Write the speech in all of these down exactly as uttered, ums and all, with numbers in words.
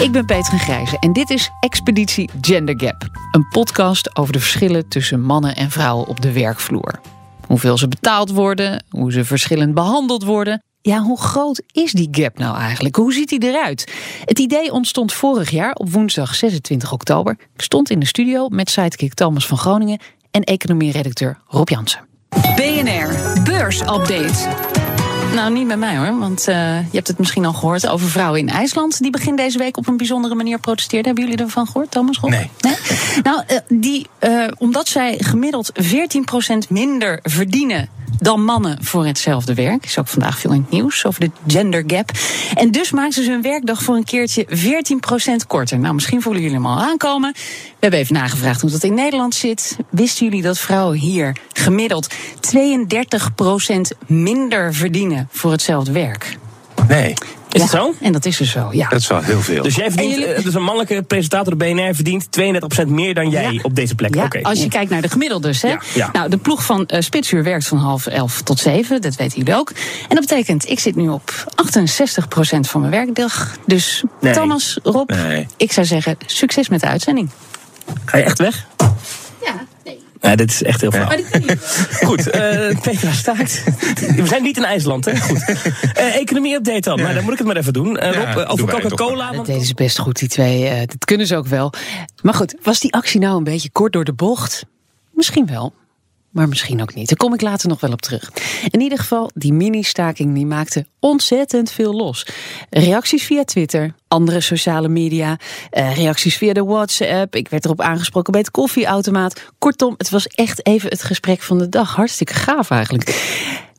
Ik ben Petra Grijze en dit is Expeditie Gender Gap. Een podcast over de verschillen tussen mannen en vrouwen op de werkvloer. Hoeveel ze betaald worden, hoe ze verschillend behandeld worden. Ja, hoe groot is die gap nou eigenlijk? Hoe ziet die eruit? Het idee ontstond vorig jaar op woensdag zesentwintig oktober. Ik stond in de studio met sidekick Thomas van Groningen en economie-redacteur Rob Jansen. B N R Beursupdate. Nou, niet met mij hoor, want uh, je hebt het misschien al gehoord over vrouwen in IJsland. Die begin deze week op een bijzondere manier protesteerden. Hebben jullie ervan gehoord, Thomas? Rob? Nee. nee? Nou, uh, die, uh, omdat zij gemiddeld veertien procent minder verdienen dan mannen voor hetzelfde werk. Is ook vandaag veel in het nieuws over de gender gap. En dus maken ze hun werkdag voor een keertje veertien procent korter. Nou, misschien voelen jullie hem al aankomen. We hebben even nagevraagd hoe dat in Nederland zit. Wisten jullie dat vrouwen hier gemiddeld tweeëndertig procent minder verdienen voor hetzelfde werk? Nee. Is ja, het zo? En dat is dus zo, ja. Dat is wel heel veel. Dus jij verdient, jullie... dus een mannelijke presentator de B N R verdient tweeëndertig procent meer dan jij ja. op deze plek. Ja, okay. Als je ja. kijkt naar de gemiddeldes. Hè? Ja, ja. Nou, de ploeg van uh, Spitsuur werkt van half elf tot zeven. Dat weten jullie ook. En dat betekent, ik zit nu op achtenzestig procent van mijn werkdag. Dus nee. Thomas, Rob, nee. ik zou zeggen, succes met de uitzending. Ga je echt weg? Ja, nee. Ja, dit is echt heel flauw. Ja. Goed, uh, Petra staakt. We zijn niet in IJsland, hè? Goed. Uh, Economie-update dan, ja. maar dan moet ik het maar even doen. Uh, Rob, ja, over Coca-Cola. Dat deden ze best goed, die twee. Uh, dat kunnen ze ook wel. Maar goed, was die actie nou een beetje kort door de bocht? Misschien wel. Maar misschien ook niet. Daar kom ik later nog wel op terug. In ieder geval, die mini-staking die maakte ontzettend veel los. Reacties via Twitter, andere sociale media, uh, reacties via de WhatsApp. Ik werd erop aangesproken bij het koffieautomaat. Kortom, het was echt even het gesprek van de dag. Hartstikke gaaf eigenlijk.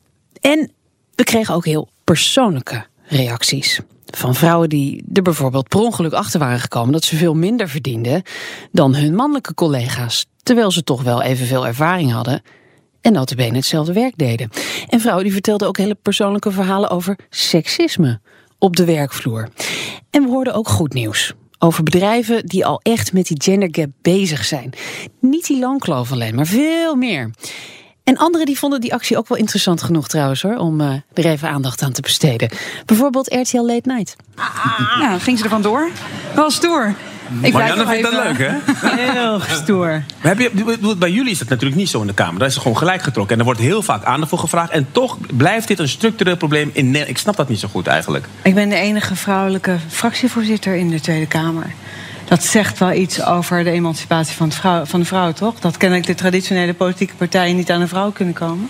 En we kregen ook heel persoonlijke reacties. Van vrouwen die er bijvoorbeeld per ongeluk achter waren gekomen dat ze veel minder verdienden dan hun mannelijke collega's. Terwijl ze toch wel evenveel ervaring hadden en nota bene hetzelfde werk deden. En vrouwen die vertelden ook hele persoonlijke verhalen over seksisme op de werkvloer. En we hoorden ook goed nieuws over bedrijven die al echt met die gender gap bezig zijn. Niet die loonkloof alleen, maar veel meer. En anderen die vonden die actie ook wel interessant genoeg trouwens hoor, om uh, er even aandacht aan te besteden. Bijvoorbeeld R T L Late Night. Ah, ja, ging ze er vandoor? Wel stoer. Ik Marianne vindt dat leuk, hè? Heel stoer. Maar heb je, bij jullie is dat natuurlijk niet zo in de Kamer. Daar is het gewoon gelijk getrokken. En er wordt heel vaak aandacht voor gevraagd. En toch blijft dit een structureel probleem in Nederland. Ik snap dat niet zo goed eigenlijk. Ik ben de enige vrouwelijke fractievoorzitter in de Tweede Kamer. Dat zegt wel iets over de emancipatie van de vrouw, van de vrouw, toch? Dat kennelijk de traditionele politieke partijen niet aan een vrouw kunnen komen.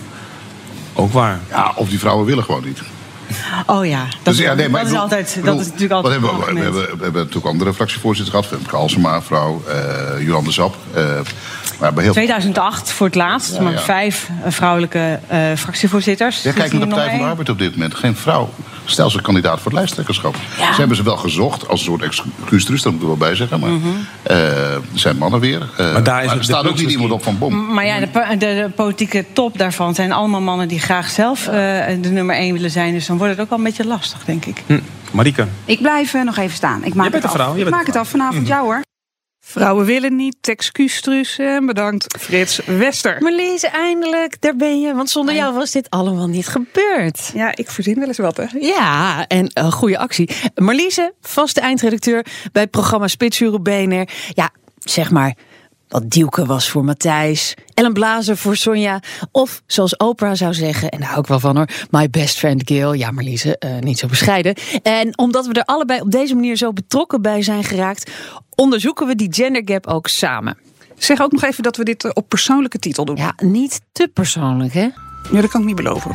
Ook waar. Ja, of die vrouwen willen gewoon niet. Oh ja, dat, dus, ja, nee, dat, is, altijd, dat is natuurlijk altijd we, hebben, we, hebben, we hebben natuurlijk andere fractievoorzitters gehad. Femke Halsema, vrouw, uh, Jolande Sap. Uh, maar bij heel tweeduizend acht voor het laatst, ja, maar ja. vijf uh, vrouwelijke uh, fractievoorzitters. Ja, kijk naar de Partij van de Arbeid op dit moment. Geen vrouw. Stel ze kandidaat voor het lijsttrekkerschap. Ja. Ze hebben ze wel gezocht als een soort excuus, dat moet ik er wel bij zeggen. Maar mm-hmm. uh, er zijn mannen weer. Uh, maar daar is maar er staat ook niet iemand op van bom. Maar ja, de, de, de politieke top daarvan zijn allemaal mannen die graag zelf uh, de nummer één willen zijn. Dus dan wordt het ook wel een beetje lastig, denk ik. Hm. Marieke? Ik blijf uh, nog even staan. Ik maak je bent het een vrouw. af. Je ik bent maak het af vanavond, mm-hmm. jou hoor. Vrouwen willen niet, excuustruus en bedankt Frits Wester. Marlies, eindelijk, daar ben je. Want zonder jou was dit allemaal niet gebeurd. Ja, ik verzin wel eens wat, hè? Ja, en een uh, goede actie. Marlies, vaste eindredacteur bij het programma Spitsuur op B N R. Ja, zeg maar, wat Dielke was voor Matthijs, Ellen Blazer voor Sonja. Of, zoals Oprah zou zeggen, en daar hou ik wel van hoor, my best friend Gail. Ja, Marlies, uh, niet zo bescheiden. En omdat we er allebei op deze manier zo betrokken bij zijn geraakt, onderzoeken we die gender gap ook samen. Zeg ook nog even dat we dit op persoonlijke titel doen. Ja, niet te persoonlijk, hè? Ja, dat kan ik niet beloven.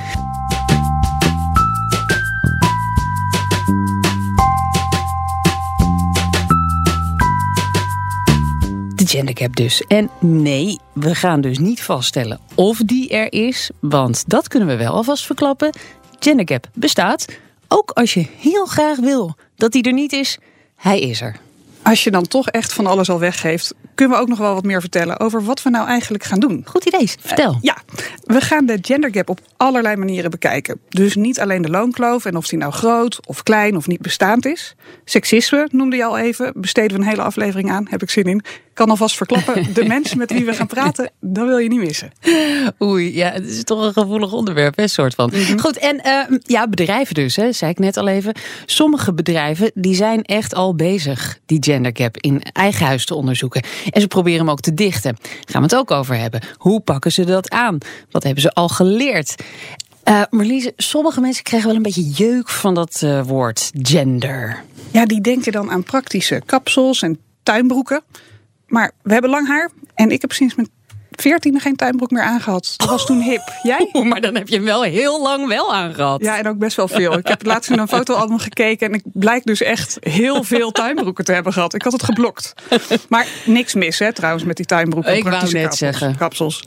De gender gap dus. En nee, we gaan dus niet vaststellen of die er is, want dat kunnen we wel alvast verklappen. Gender gap bestaat, ook als je heel graag wil dat die er niet is. Hij is er. Als je dan toch echt van alles al weggeeft, kunnen we ook nog wel wat meer vertellen over wat we nou eigenlijk gaan doen. Goed idee, vertel. Uh, ja, we gaan de gender gap op allerlei manieren bekijken. Dus niet alleen de loonkloof en of die nou groot of klein of niet bestaand is. Seksisme noemde je al even, besteden we een hele aflevering aan, heb ik zin in. kan alvast verklappen, de mensen met wie we gaan praten, dat wil je niet missen. Oei, ja, het is toch een gevoelig onderwerp, hè, soort van. Mm-hmm. Goed, en uh, ja, bedrijven dus, hè, zei ik net al even. Sommige bedrijven, die zijn echt al bezig die gender gap in eigen huis te onderzoeken. En ze proberen hem ook te dichten. Daar gaan we het ook over hebben. Hoe pakken ze dat aan? Wat hebben ze al geleerd? Uh, Marliese, sommige mensen krijgen wel een beetje jeuk van dat uh, woord gender. Ja, die denken dan aan praktische kapsels en tuinbroeken. Maar we hebben lang haar en ik heb sinds mijn veertiende geen tuinbroek meer aangehad. Dat was toen hip. Jij? Oh, maar dan heb je hem wel heel lang wel aangehad. Ja, en ook best wel veel. Ik heb laatst in een fotoalbum gekeken en ik blijk dus echt heel veel tuinbroeken te hebben gehad. Ik had het geblokt. Maar niks mis, hè, trouwens, met die tuinbroeken. Ik wou net kapsels, zeggen. Kapsels.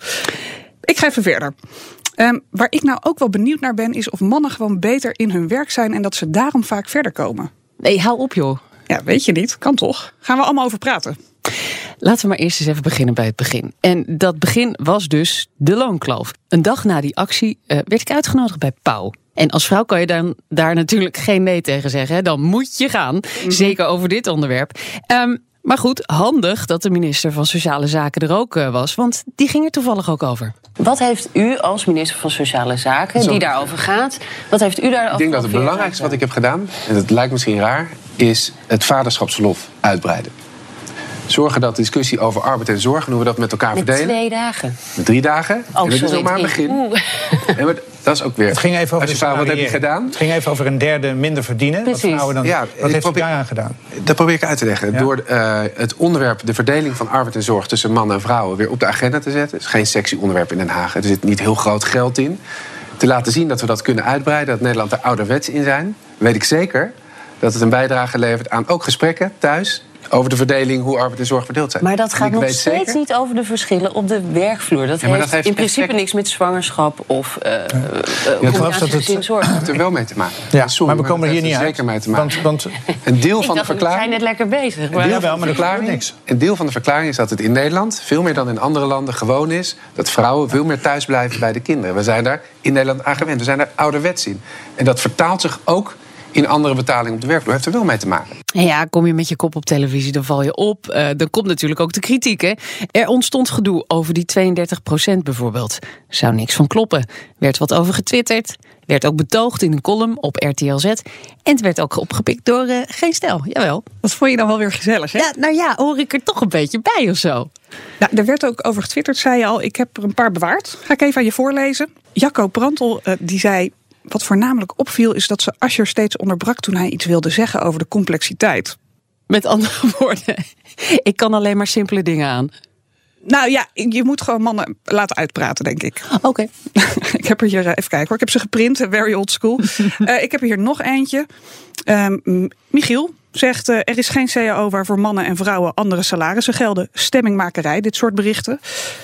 Ik ga even verder. Um, waar ik nou ook wel benieuwd naar ben, is of mannen gewoon beter in hun werk zijn en dat ze daarom vaak verder komen. Nee, hou op joh. Ja, weet je niet. Kan toch? Gaan we allemaal over praten. Laten we maar eerst eens even beginnen bij het begin. En dat begin was dus de loonkloof. Een dag na die actie uh, werd ik uitgenodigd bij Pauw. En als vrouw kan je dan daar natuurlijk geen nee tegen zeggen. Hè? Dan moet je gaan. Mm-hmm. Zeker over dit onderwerp. Um, maar goed, handig dat de minister van Sociale Zaken er ook uh, was. Want die ging er toevallig ook over. Wat heeft u als minister van Sociale Zaken, Zo. die daarover gaat... wat heeft u daarover? Ik denk dat het belangrijkste wat ik heb gedaan, en dat lijkt misschien raar, is het vaderschapsverlof uitbreiden. Zorgen dat de discussie over arbeid en zorg, en hoe we dat met elkaar met verdelen. Met twee dagen. Met drie dagen. Oh, en dat sorry, is nog maar een begin. Ja, maar dat is ook weer. Het ging even over als je vraagt, wat heb je gedaan? Het ging even over een derde minder verdienen. Precies. Wat vrouwen dan, ja, wat heeft probeer, u daaraan gedaan? Dat probeer ik uit te leggen. Ja. Door uh, het onderwerp, de verdeling van arbeid en zorg tussen mannen en vrouwen weer op de agenda te zetten. Het is geen sexy onderwerp in Den Haag. Er zit niet heel groot geld in. Te laten zien dat we dat kunnen uitbreiden, dat Nederland er ouderwets in zijn. Weet ik zeker dat het een bijdrage levert aan ook gesprekken thuis over de verdeling, hoe arbeid en zorg verdeeld zijn. Maar dat gaat nog steeds zeker, niet over de verschillen op de werkvloer. Dat, ja, heeft, dat heeft in principe effect niks met zwangerschap of uh, ja. uh, combinatie gezin-zorg. Dat heeft er wel mee te maken. Ja, Sorry, maar we komen maar hier niet uit. Zeker mee te maken. Want, want een deel ik van dacht, de verklaring. We zijn net lekker bezig. Maar een deel, ja, wel, van de maar verklaring, een deel van de verklaring is dat het in Nederland, veel meer dan in andere landen, gewoon is dat vrouwen veel meer thuis blijven bij de kinderen. We zijn daar in Nederland aan gewend. We zijn daar ouderwets in. En dat vertaalt zich ook in andere betalingen op de werkvloer. Heeft er wel mee te maken. Ja, kom je met je kop op televisie, dan val je op. Uh, dan komt natuurlijk ook de kritiek. Hè? Er ontstond gedoe over die tweeëndertig procent bijvoorbeeld. Er zou niks van kloppen. Werd wat over getwitterd. Werd ook betoogd in een column op R T L Z. En het werd ook opgepikt door uh, Geen Stijl. Jawel. Dat vond je dan wel weer gezellig, hè? Ja, nou ja, hoor ik er toch een beetje bij of zo. Nou, er werd ook over getwitterd, zei je al. Ik heb er een paar bewaard. Ga ik even aan je voorlezen. Jacco Prantel, uh, die zei: wat voornamelijk opviel is dat ze Asscher steeds onderbrak toen hij iets wilde zeggen over de complexiteit. Met andere woorden, ik kan alleen maar simpele dingen aan. Nou ja, je moet gewoon mannen laten uitpraten, denk ik. Oké. Okay. Ik heb er hier, even kijken hoor, ik heb ze geprint, very old school. uh, ik heb er hier nog eentje. Um, Michiel zegt, uh, er is geen C A O waarvoor mannen en vrouwen andere salarissen gelden. Stemmingmakerij, dit soort berichten.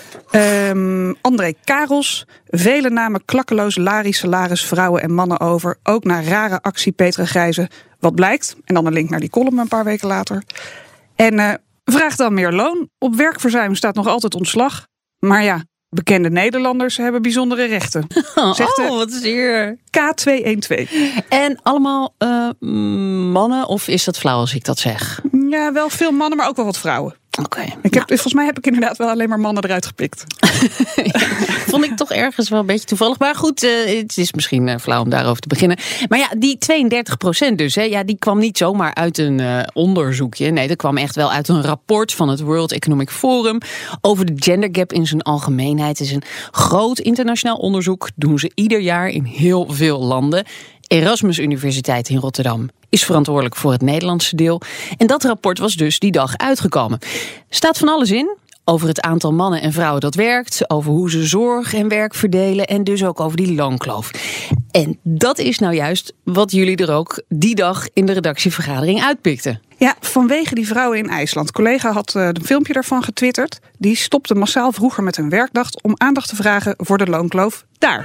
Um, André Karels, vele namen klakkeloos lari salaris vrouwen en mannen over. Ook naar rare actie Petra Grijze. Wat blijkt? En dan een link naar die column een paar weken later. En uh, vraag dan meer loon. Op werkverzuim staat nog altijd ontslag. Maar ja, bekende Nederlanders hebben bijzondere rechten. Zegt oh, wat is hier? K tweehonderdtwaalf. En allemaal uh, mannen, of is dat flauw als ik dat zeg? Ja, wel veel mannen, maar ook wel wat vrouwen. Oké. Okay, nou. Volgens mij heb ik inderdaad wel alleen maar mannen eruit gepikt. Ja, vond ik toch ergens wel een beetje toevallig. Maar goed, uh, het is misschien uh, flauw om daarover te beginnen. Maar ja, die tweeëndertig procent dus, hè, ja, die kwam niet zomaar uit een uh, onderzoekje. Nee, dat kwam echt wel uit een rapport van het World Economic Forum over de gender gap in zijn algemeenheid. Het is een groot internationaal onderzoek. Doen ze ieder jaar in heel veel landen. Erasmus Universiteit in Rotterdam is verantwoordelijk voor het Nederlandse deel. En dat rapport was dus die dag uitgekomen. Staat van alles in. Over het aantal mannen en vrouwen dat werkt. Over hoe ze zorg en werk verdelen. En dus ook over die loonkloof. En dat is nou juist wat jullie er ook die dag in de redactievergadering uitpikten. Ja, vanwege die vrouwen in IJsland. Collega had uh, een filmpje daarvan getwitterd. Die stopte massaal vroeger met hun werkdag om aandacht te vragen voor de loonkloof daar.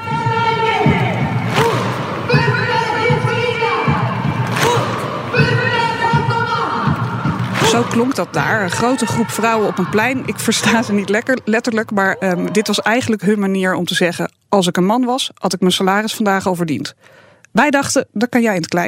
Zo klonk dat daar. Een grote groep vrouwen op een plein. Ik versta ze niet lekker, letterlijk, maar um, dit was eigenlijk hun manier om te zeggen: als ik een man was, had ik mijn salaris vandaag al verdiend. Wij dachten, dat kan jij in het klein.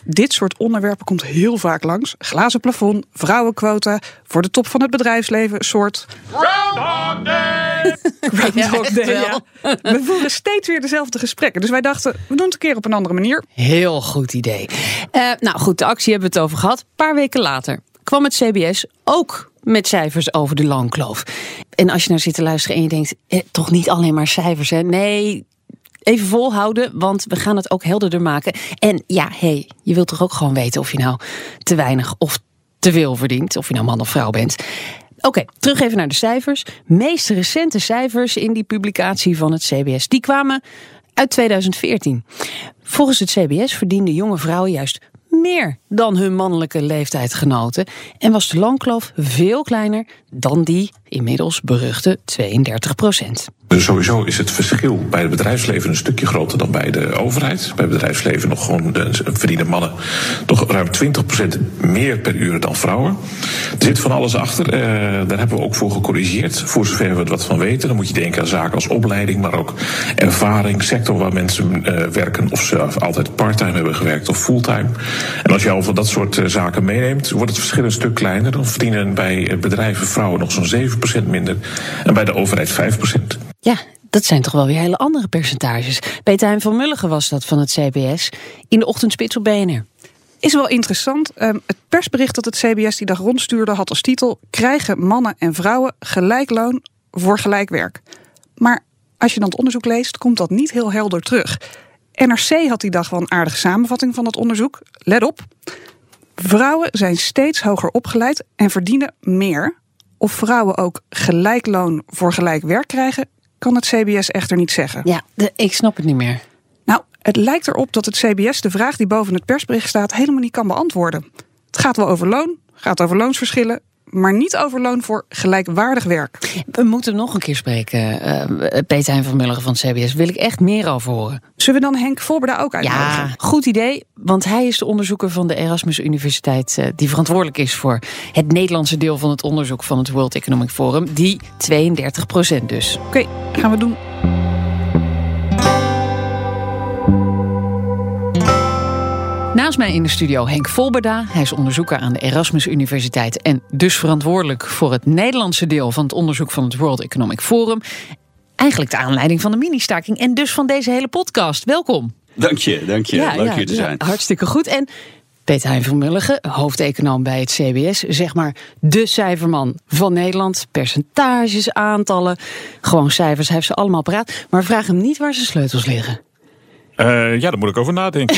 dit soort onderwerpen komt heel vaak langs. Glazen plafond, vrouwenquota, voor de top van het bedrijfsleven, een soort... Groundhog Day! Groundhog Day, ja. We voeren steeds weer dezelfde gesprekken. Dus wij dachten, we doen het een keer op een andere manier. Heel goed idee. Uh, nou goed, de actie hebben we het over gehad. Een paar weken later kwam het C B S ook met cijfers over de loonkloof. En als je nou zit te luisteren en je denkt, eh, toch niet alleen maar cijfers, hè? Nee, even volhouden, want we gaan het ook helderder maken. En ja, hé, hey, je wilt toch ook gewoon weten of je nou te weinig of te veel verdient, of je nou man of vrouw bent. Oké, okay, terug even naar de cijfers. Meest recente cijfers in die publicatie van het C B S, die kwamen uit tweeduizend veertien. Volgens het C B S verdienden jonge vrouwen juist meer dan hun mannelijke leeftijdgenoten en was de loonkloof veel kleiner dan die inmiddels beruchte tweeëndertig procent. Dus sowieso is het verschil bij het bedrijfsleven een stukje groter dan bij de overheid. Bij het bedrijfsleven nog gewoon de, verdienen mannen toch ruim twintig procent meer per uur dan vrouwen. Er zit van alles achter. Uh, daar hebben we ook voor gecorrigeerd. Voor zover we er wat van weten. Dan moet je denken aan zaken als opleiding, maar ook ervaring, sector waar mensen uh, werken, of ze altijd parttime hebben gewerkt of fulltime. En als je al van dat soort uh, zaken meeneemt, wordt het verschil een stuk kleiner. Dan verdienen bij bedrijven vrouwen nog zo'n zeven procent minder en bij de overheid vijf procent. Ja, dat zijn toch wel weer hele andere percentages. Peter Hein van Mulligen was dat van het C B S in de ochtendspits op B N R. Is wel interessant. Um, het persbericht dat het C B S die dag rondstuurde had als titel: krijgen mannen en vrouwen gelijk loon voor gelijk werk. Maar als je dan het onderzoek leest, komt dat niet heel helder terug. N R C had die dag wel een aardige samenvatting van dat onderzoek. Let op. Vrouwen zijn steeds hoger opgeleid en verdienen meer. Of vrouwen ook gelijk loon voor gelijk werk krijgen, kan het C B S echter niet zeggen. Ja, de, ik snap het niet meer. Nou, het lijkt erop dat het C B S de vraag die boven het persbericht staat helemaal niet kan beantwoorden. Het gaat wel over loon, gaat over loonsverschillen, maar niet over loon voor gelijkwaardig werk. We moeten nog een keer spreken, uh, Peter Hein van Mulligen van het C B S. Wil ik echt meer over horen. Zullen we dan Henk Volberda ook uitnodigen? Ja, goed idee, want hij is de onderzoeker van de Erasmus Universiteit uh, die verantwoordelijk is voor het Nederlandse deel van het onderzoek van het World Economic Forum. Die tweeëndertig procent dus. Oké, okay, gaan we doen. Naast mij in de studio Henk Volberda. Hij is onderzoeker aan de Erasmus Universiteit en dus verantwoordelijk voor het Nederlandse deel van het onderzoek van het World Economic Forum. Eigenlijk de aanleiding van de mini-staking en dus van deze hele podcast. Welkom. Dank je, dank je. Ja, Leuk ja, hier te zijn. Ja, hartstikke goed. En Peter Hein van Mulligen, hoofdeconoom bij het C B S, zeg maar de cijferman van Nederland. Percentages, aantallen, gewoon cijfers, hij heeft ze allemaal paraat. Maar vraag hem niet waar zijn sleutels liggen. Uh, ja, daar moet ik over nadenken.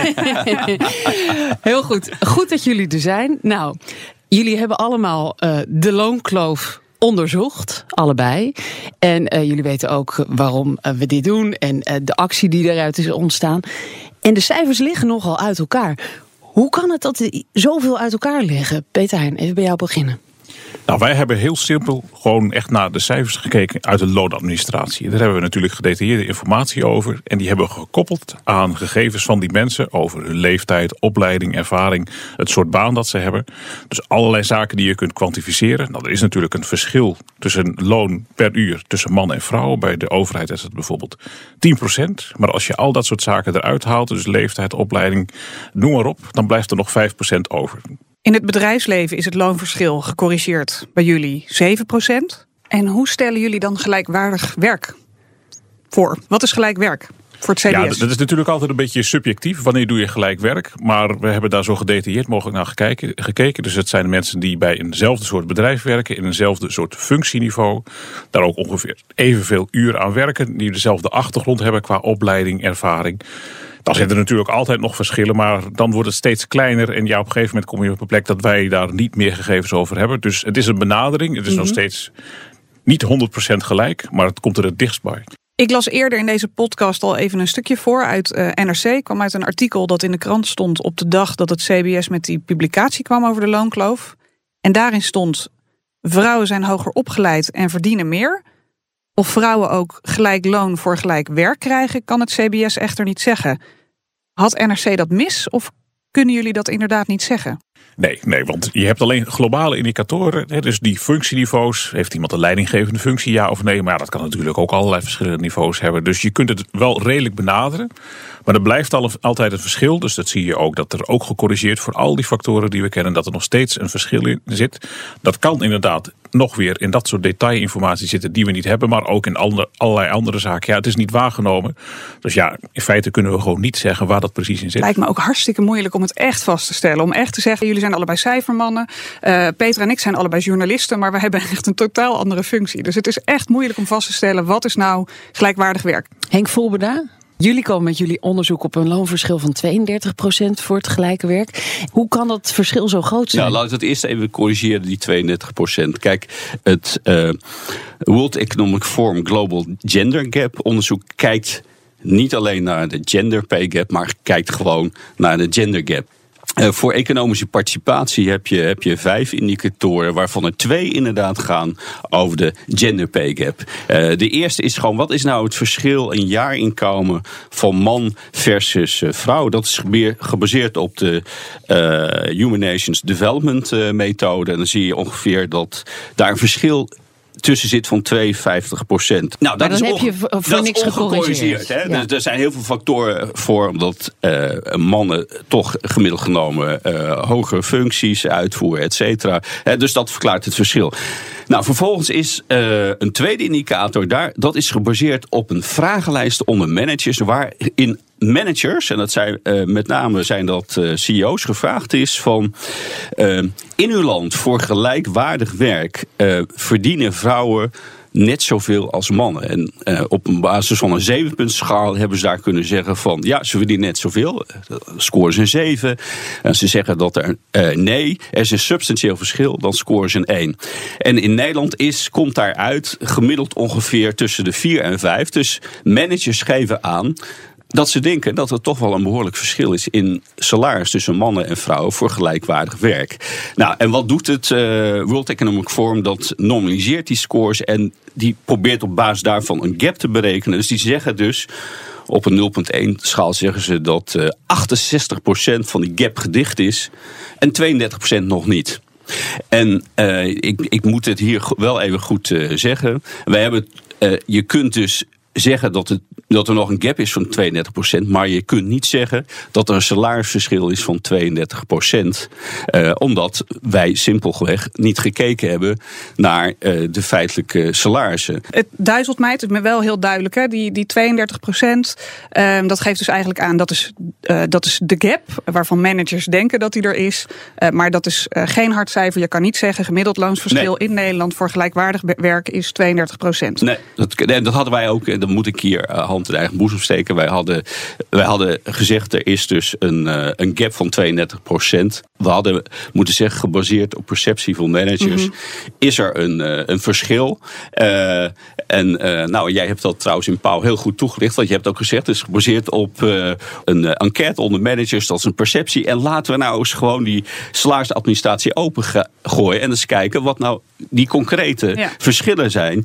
Heel goed. Goed dat jullie er zijn. Nou, jullie hebben allemaal uh, de loonkloof onderzocht, allebei. En uh, jullie weten ook waarom uh, we dit doen en uh, de actie die daaruit is ontstaan. En de cijfers liggen nogal uit elkaar. Hoe kan het dat die zoveel uit elkaar liggen? Peter Hein, even bij jou beginnen. Nou, wij hebben heel simpel gewoon echt naar de cijfers gekeken uit de loonadministratie. Daar hebben we natuurlijk gedetailleerde informatie over. En die hebben we gekoppeld aan gegevens van die mensen over hun leeftijd, opleiding, ervaring, het soort baan dat ze hebben. Dus allerlei zaken die je kunt kwantificeren. Nou, er is natuurlijk een verschil tussen loon per uur tussen man en vrouw. Bij de overheid is het bijvoorbeeld tien procent. Maar als je al dat soort zaken eruit haalt, dus leeftijd, opleiding, noem maar op, dan blijft er nog vijf procent over. In het bedrijfsleven is het loonverschil gecorrigeerd bij jullie zeven procent. En hoe stellen jullie dan gelijkwaardig werk voor? Wat is gelijk werk voor het C B S? Ja, dat is natuurlijk altijd een beetje subjectief. Wanneer doe je gelijk werk? Maar we hebben daar zo gedetailleerd mogelijk naar gekeken. gekeken. Dus het zijn mensen die bij eenzelfde soort bedrijf werken, in eenzelfde soort functieniveau. Daar ook ongeveer evenveel uur aan werken. Die dezelfde achtergrond hebben qua opleiding, ervaring. Dan zitten er natuurlijk altijd nog verschillen, maar dan wordt het steeds kleiner. En ja, op een gegeven moment kom je op een plek dat wij daar niet meer gegevens over hebben. Dus het is een benadering. Het is mm-hmm. nog steeds niet honderd procent gelijk, maar het komt er het dichtst bij. Ik las eerder in deze podcast al even een stukje voor uit uh, N R C. Kwam uit een artikel dat in de krant stond op de dag dat het C B S met die publicatie kwam over de loonkloof. En daarin stond: vrouwen zijn hoger opgeleid en verdienen meer. Of vrouwen ook gelijk loon voor gelijk werk krijgen, kan het C B S echter niet zeggen. Had N R C dat mis of kunnen jullie dat inderdaad niet zeggen? Nee, nee, want je hebt alleen globale indicatoren. Hè, dus die functieniveaus. Heeft iemand een leidinggevende functie, ja of nee? Maar ja, dat kan natuurlijk ook allerlei verschillende niveaus hebben. Dus je kunt het wel redelijk benaderen. Maar er blijft al, altijd een verschil. Dus dat zie je ook, dat er ook gecorrigeerd voor al die factoren die we kennen, dat er nog steeds een verschil in zit. Dat kan inderdaad nog weer in dat soort detailinformatie zitten die we niet hebben. Maar ook in andere, allerlei andere zaken. Ja, het is niet waargenomen. Dus ja, in feite kunnen we gewoon niet zeggen waar dat precies in zit. Lijkt me ook hartstikke moeilijk om het echt vast te stellen. Om echt te zeggen, jullie zijn allebei cijfermannen. Uh, Petra en ik zijn allebei journalisten. Maar we hebben echt een totaal andere functie. Dus het is echt moeilijk om vast te stellen, wat is nou gelijkwaardig werk? Henk Volberda, jullie komen met jullie onderzoek op een loonverschil van tweeëndertig procent voor het gelijke werk. Hoe kan dat verschil zo groot zijn? Nou, laat ik dat eerst even corrigeren, die tweeëndertig procent. Kijk, het uh, World Economic Forum Global Gender Gap onderzoek kijkt niet alleen naar de gender pay gap, maar kijkt gewoon naar de gender gap. Uh, voor economische participatie heb je, heb je vijf indicatoren, waarvan er twee inderdaad gaan over de gender pay gap. Uh, de eerste is gewoon, wat is nou het verschil in jaarinkomen van man versus uh, vrouw? Dat is gebaseerd op de uh, Human Nations Development uh, methode. En dan zie je ongeveer dat daar een verschil tussen zit van tweeënvijftig procent. Nou, dat maar dan is heb je voor, voor niks gecorrigeerd. Hè? Ja. Dus er zijn heel veel factoren voor, omdat uh, mannen toch gemiddeld genomen uh, hogere functies uitvoeren, et cetera. Dus dat verklaart het verschil. Nou, vervolgens is uh, een tweede indicator daar, dat is gebaseerd op een vragenlijst onder managers, waarin managers, en dat zijn uh, met name zijn dat uh, C E O's, gevraagd is van uh, in uw land voor gelijkwaardig werk uh, verdienen vrouwen net zoveel als mannen. En uh, op een basis van een zevenpuntsschaal hebben ze daar kunnen zeggen van ja, ze verdienen net zoveel. Scoren ze een zeven. En ze zeggen dat er uh, nee, er is een substantieel verschil, dan scoren ze een één. En in Nederland is, komt daaruit gemiddeld ongeveer tussen de vier en vijf. Dus managers geven aan dat ze denken dat er toch wel een behoorlijk verschil is in salaris tussen mannen en vrouwen voor gelijkwaardig werk. Nou, en wat doet het uh, World Economic Forum? Dat normaliseert die scores en die probeert op basis daarvan een gap te berekenen. Dus die zeggen dus, op een nul komma één schaal zeggen ze dat uh, achtenzestig procent van die gap gedicht is en tweeëndertig procent nog niet. En uh, ik, ik moet het hier wel even goed uh, zeggen. Wij hebben, uh, je kunt dus zeggen dat, het, dat er nog een gap is van tweeëndertig procent, maar je kunt niet zeggen dat er een salarisverschil is van tweeëndertig procent. Uh, omdat wij simpelweg niet gekeken hebben naar uh, de feitelijke salarissen. Het duizelt mij, het is me wel heel duidelijk, hè? Die, die tweeëndertig procent, uh, dat geeft dus eigenlijk aan, dat is, uh, dat is de gap waarvan managers denken dat die er is. Uh, maar dat is uh, geen hard cijfer. Je kan niet zeggen gemiddeld loonsverschil nee. in Nederland voor gelijkwaardig werk is tweeëndertig procent. Nee, dat, dat hadden wij ook. Dan moet ik hier hand in eigen boezem steken. Wij hadden, wij hadden gezegd, er is dus een, uh, een gap van tweeëndertig procent. We hadden moeten zeggen, gebaseerd op perceptie van managers, mm-hmm. is er een, uh, een verschil. Uh, en uh, nou, jij hebt dat trouwens in Pauw heel goed toegelicht. Want je hebt ook gezegd, het is gebaseerd op uh, een uh, enquête onder managers. Dat is een perceptie. En laten we nou eens gewoon die salarisadministratie opengooien. En eens kijken wat nou die concrete ja. verschillen zijn.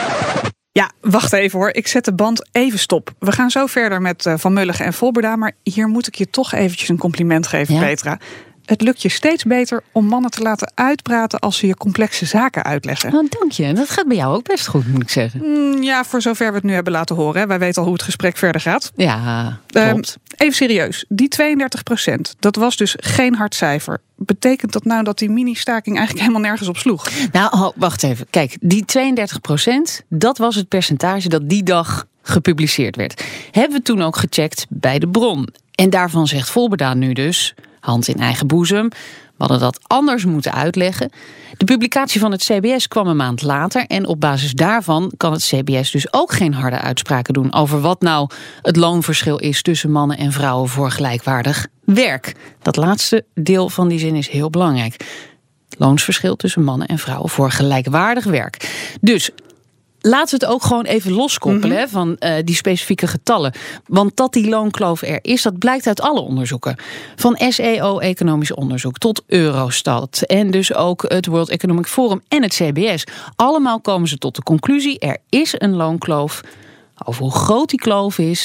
Ja, wacht even hoor. Ik zet de band even stop. We gaan zo verder met uh, Van Mulligen en Volberda. Maar hier moet ik je toch eventjes een compliment geven, ja. Petra. Het lukt je steeds beter om mannen te laten uitpraten als ze je complexe zaken uitleggen. Oh, dank je. Dat gaat bij jou ook best goed, moet ik zeggen. Mm, ja, voor zover we het nu hebben laten horen. Hè. Wij weten al hoe het gesprek verder gaat. Ja, klopt. Um, even serieus. Die tweeëndertig procent, dat was dus geen hard cijfer. Betekent dat nou dat die mini-staking eigenlijk helemaal nergens op sloeg? Nou, wacht even. Kijk, die tweeëndertig procent, dat was het percentage dat die dag gepubliceerd werd. Hebben we toen ook gecheckt bij de bron. En daarvan zegt Volberda nu dus, hand in eigen boezem, we hadden dat anders moeten uitleggen. De publicatie van het C B S kwam een maand later en op basis daarvan kan het C B S dus ook geen harde uitspraken doen over wat nou het loonverschil is tussen mannen en vrouwen voor gelijkwaardig werk. Dat laatste deel van die zin is heel belangrijk. Het loonsverschil tussen mannen en vrouwen voor gelijkwaardig werk. Dus laten we het ook gewoon even loskoppelen mm-hmm. van uh, die specifieke getallen. Want dat die loonkloof er is, dat blijkt uit alle onderzoeken. Van S E O economisch onderzoek tot Eurostat. En dus ook het World Economic Forum en het C B S. Allemaal komen ze tot de conclusie, er is een loonkloof. Over hoe groot die kloof is,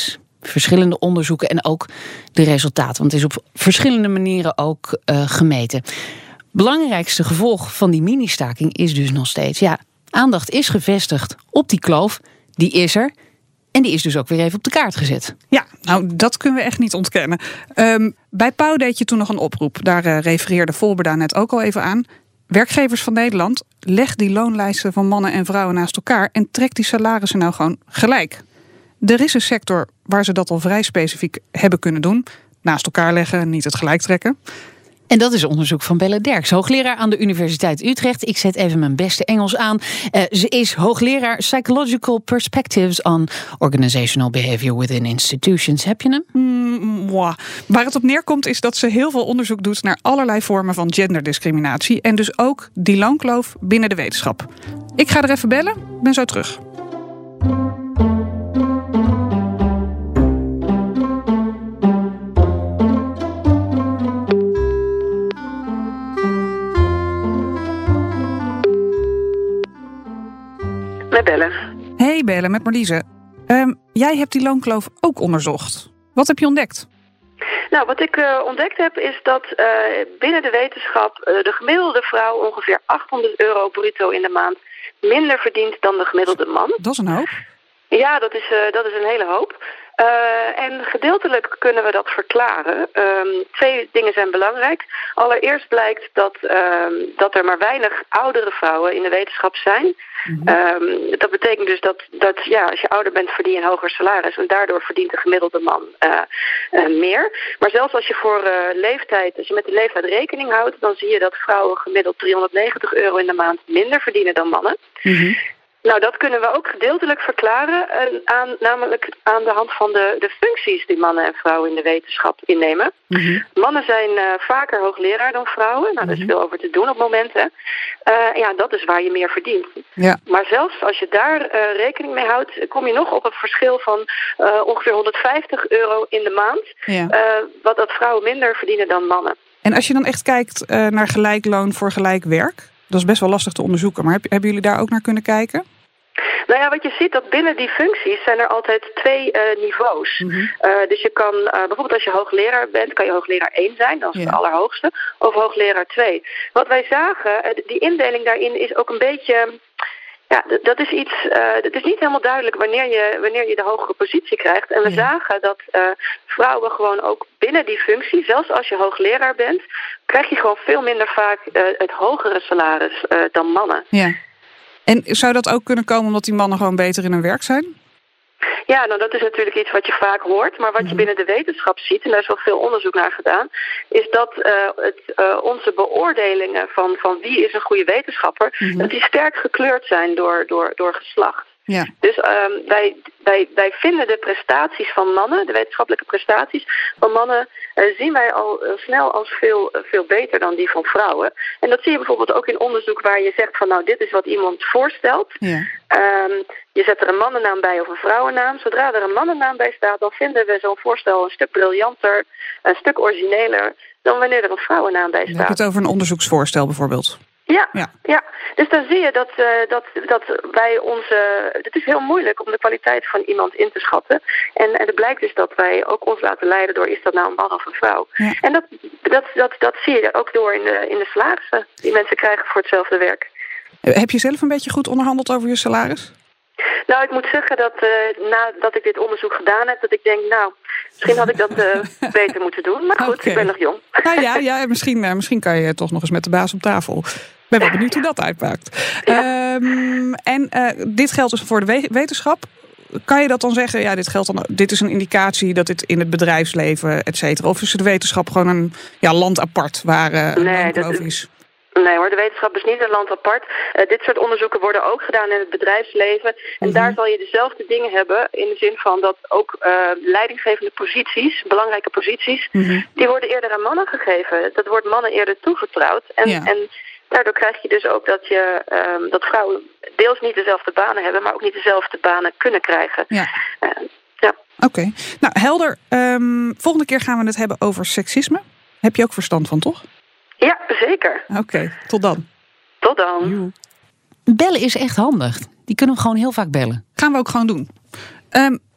Verschillende onderzoeken en ook de resultaten. Want het is op verschillende manieren ook uh, gemeten. Belangrijkste gevolg van die mini-staking is dus nog steeds... ja, aandacht is gevestigd op die kloof, die is er... en die is dus ook weer even op de kaart gezet. Ja, nou, dat kunnen we echt niet ontkennen. Um, bij Pauw deed je toen nog een oproep. Daar uh, refereerde Volberda net ook al even aan. Werkgevers van Nederland, leg die loonlijsten van mannen en vrouwen naast elkaar... en trek die salarissen nou gewoon gelijk. Er is een sector waar ze dat al vrij specifiek hebben kunnen doen. Naast elkaar leggen, niet het gelijk trekken. En dat is onderzoek van Belle Derks, hoogleraar aan de Universiteit Utrecht. Ik zet even mijn beste Engels aan. Uh, ze is hoogleraar Psychological Perspectives on Organizational Behavior Within Institutions. Heb je hem? Mm, Waar het op neerkomt is dat ze heel veel onderzoek doet naar allerlei vormen van genderdiscriminatie. En dus ook die loonkloof binnen de wetenschap. Ik ga er even bellen, ben zo terug. Met Belle. Hey Belle, met Marliese. Um, jij hebt die loonkloof ook onderzocht. Wat heb je ontdekt? Nou, wat ik uh, ontdekt heb is dat uh, binnen de wetenschap uh, de gemiddelde vrouw ongeveer achthonderd euro bruto in de maand minder verdient dan de gemiddelde man. Dat is een hoop. Ja, dat is, uh, dat is een hele hoop. Uh, en gedeeltelijk kunnen we dat verklaren. Um, twee dingen zijn belangrijk. Allereerst blijkt dat, um, dat er maar weinig oudere vrouwen in de wetenschap zijn. Mm-hmm. Um, dat betekent dus dat, dat ja, als je ouder bent verdien je een hoger salaris. En daardoor verdient de gemiddelde man uh, uh, meer. Maar zelfs als je voor uh, leeftijd, als je met de leeftijd rekening houdt, dan zie je dat vrouwen gemiddeld driehonderdnegentig euro in de maand minder verdienen dan mannen. Mm-hmm. Nou, dat kunnen we ook gedeeltelijk verklaren, aan, namelijk aan de hand van de, de functies die mannen en vrouwen in de wetenschap innemen. Mm-hmm. Mannen zijn uh, vaker hoogleraar dan vrouwen. Nou, mm-hmm. Daar is veel over te doen op momenten. Uh, ja, dat is waar je meer verdient. Ja. Maar zelfs als je daar uh, rekening mee houdt, kom je nog op een verschil van uh, ongeveer honderdvijftig euro in de maand. Ja. Uh, wat dat vrouwen minder verdienen dan mannen. En als je dan echt kijkt uh, naar gelijk loon voor gelijk werk, dat is best wel lastig te onderzoeken. Maar heb, hebben jullie daar ook naar kunnen kijken? Nou ja, wat je ziet, dat binnen die functies zijn er altijd twee uh, niveaus. Mm-hmm. Uh, dus je kan, uh, bijvoorbeeld als je hoogleraar bent, kan je hoogleraar één zijn, dat is ja. het allerhoogste, of hoogleraar twee. Wat wij zagen, uh, die indeling daarin is ook een beetje, ja, d- dat is iets, uh, het is niet helemaal duidelijk wanneer je, wanneer je de hogere positie krijgt. En we ja. zagen dat uh, vrouwen gewoon ook binnen die functie, zelfs als je hoogleraar bent, krijg je gewoon veel minder vaak uh, het hogere salaris uh, dan mannen. Ja. En zou dat ook kunnen komen omdat die mannen gewoon beter in hun werk zijn? Ja, nou dat is natuurlijk iets wat je vaak hoort. Maar wat mm-hmm. je binnen de wetenschap ziet, en daar is wel veel onderzoek naar gedaan, is dat uh, het, uh, onze beoordelingen van, van wie is een goede wetenschapper, mm-hmm. dat die sterk gekleurd zijn door, door, door geslacht. Ja. Dus um, wij, wij, wij vinden de prestaties van mannen, de wetenschappelijke prestaties van mannen, uh, zien wij al uh, snel als veel, uh, veel beter dan die van vrouwen. En dat zie je bijvoorbeeld ook in onderzoek waar je zegt van nou, dit is wat iemand voorstelt. Ja. Um, je zet er een mannennaam bij of een vrouwennaam. Zodra er een mannennaam bij staat, dan vinden we zo'n voorstel een stuk briljanter, een stuk origineler dan wanneer er een vrouwennaam bij staat. Je hebt het over een onderzoeksvoorstel bijvoorbeeld. Ja, ja, ja. Dus dan zie je dat, uh, dat, dat wij onze... Het is heel moeilijk om de kwaliteit van iemand in te schatten. En, en het blijkt dus dat wij ook ons laten leiden door is dat nou een man of een vrouw. Ja. En dat, dat, dat, dat zie je ook door in de, in de salarissen die mensen krijgen voor hetzelfde werk. Heb je zelf een beetje goed onderhandeld over je salaris? Nou, ik moet zeggen dat uh, nadat ik dit onderzoek gedaan heb, dat ik denk, nou, misschien had ik dat uh, beter moeten doen. Maar goed, okay. Ik ben nog jong. Nou ja, ja misschien, uh, misschien kan je toch nog eens met de baas op tafel. Ik ben wel benieuwd hoe dat uitpakt. Ja. Um, en uh, dit geldt dus voor de we- wetenschap. Kan je dat dan zeggen, ja, dit geldt dan, dit is een indicatie dat dit in het bedrijfsleven, et cetera, of is de wetenschap gewoon een ja, land apart waar uh, nee, dat is... Nee hoor, de wetenschap is niet een land apart. Uh, dit soort onderzoeken worden ook gedaan in het bedrijfsleven. En mm-hmm. daar zal je dezelfde dingen hebben in de zin van dat ook uh, leidinggevende posities, belangrijke posities, mm-hmm. die worden eerder aan mannen gegeven. Dat wordt mannen eerder toevertrouwd. En, ja. en daardoor krijg je dus ook dat, je, um, dat vrouwen deels niet dezelfde banen hebben, maar ook niet dezelfde banen kunnen krijgen. Ja. Uh, ja. Oké, okay. Nou helder. Um, volgende keer gaan we het hebben over seksisme. Heb je ook verstand van, toch? Ja, zeker. Oké, okay, tot dan. Tot dan. Joe. Bellen is echt handig. Die kunnen we gewoon heel vaak bellen. Gaan we ook gewoon doen. Um,